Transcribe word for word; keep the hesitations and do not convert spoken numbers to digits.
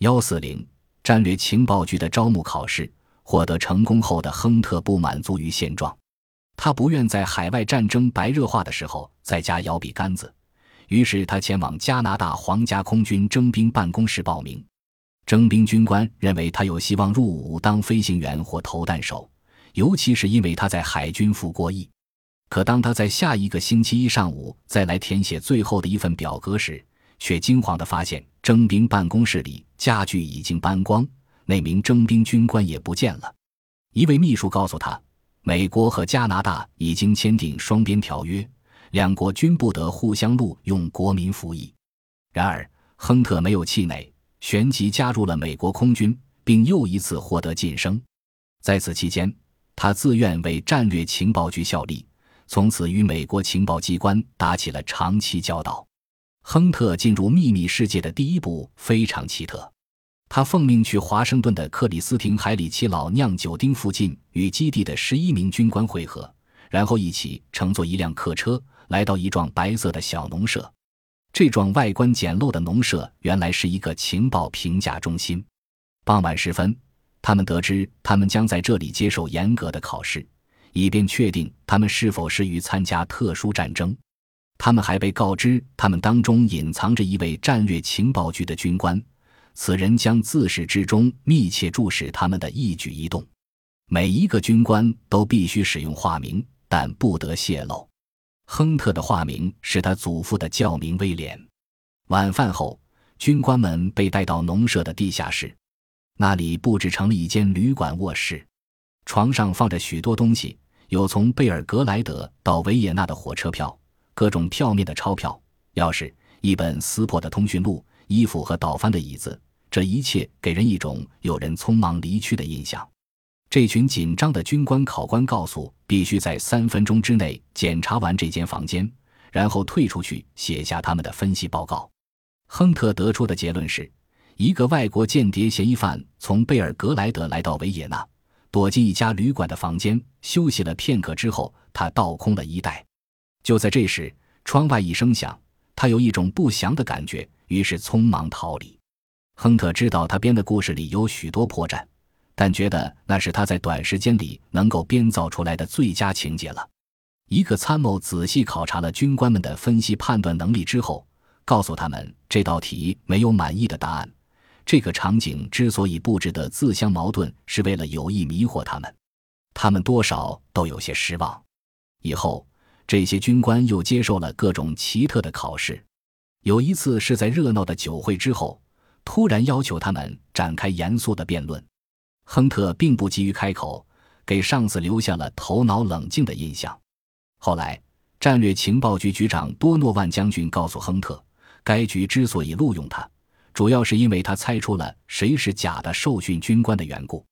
一四零战略情报局的招募考试获得成功后的亨特不满足于现状，他不愿在海外战争白热化的时候在家摇笔杆子，于是他前往加拿大皇家空军征兵办公室报名。征兵军官认为他有希望入伍当飞行员或投弹手，尤其是因为他在海军服过役。可当他在下一个星期一上午再来填写最后的一份表格时，却惊慌地发现征兵办公室里家具已经搬光，那名征兵军官也不见了。一位秘书告诉他，美国和加拿大已经签订双边条约，两国均不得互相录用国民服役。然而亨特没有气馁，旋即加入了美国空军，并又一次获得晋升。在此期间，他自愿为战略情报局效力，从此与美国情报机关打起了长期交道。亨特进入秘密世界的第一步非常奇特，他奉命去华盛顿的克里斯廷海里奇老酿酒丁附近与基地的十一名军官会合，然后一起乘坐一辆客车来到一幢白色的小农舍。这幢外观简陋的农舍原来是一个情报评价中心。傍晚时分，他们得知他们将在这里接受严格的考试，以便确定他们是否适于参加特殊战争。他们还被告知他们当中隐藏着一位战略情报局的军官，此人将自始至终密切注视他们的一举一动。每一个军官都必须使用化名，但不得泄露。亨特的化名是他祖父的教名威廉。晚饭后，军官们被带到农舍的地下室，那里布置成了一间旅馆卧室，床上放着许多东西，有从贝尔格莱德到维也纳的火车票，各种票面的钞票、钥匙，一本撕破的通讯录，衣服和倒翻的椅子，这一切给人一种有人匆忙离去的印象。这群紧张的军官考官告诉必须在三分钟之内检查完这间房间，然后退出去写下他们的分析报告。亨特得出的结论是，一个外国间谍嫌疑犯从贝尔格莱德来到维也纳，躲进一家旅馆的房间休息了片刻之后，他倒空了衣袋。就在这时，窗外一声响，他有一种不祥的感觉，于是匆忙逃离。亨特知道他编的故事里有许多破绽，但觉得那是他在短时间里能够编造出来的最佳情节了。一个参谋仔细考察了军官们的分析判断能力之后，告诉他们这道题没有满意的答案，这个场景之所以布置得自相矛盾，是为了有意迷惑他们。他们多少都有些失望。以后这些军官又接受了各种奇特的考试，有一次是在热闹的酒会之后，突然要求他们展开严肃的辩论。亨特并不急于开口，给上司留下了头脑冷静的印象。后来战略情报局局长多诺万将军告诉亨特，该局之所以录用他，主要是因为他猜出了谁是假的受训军官的缘故。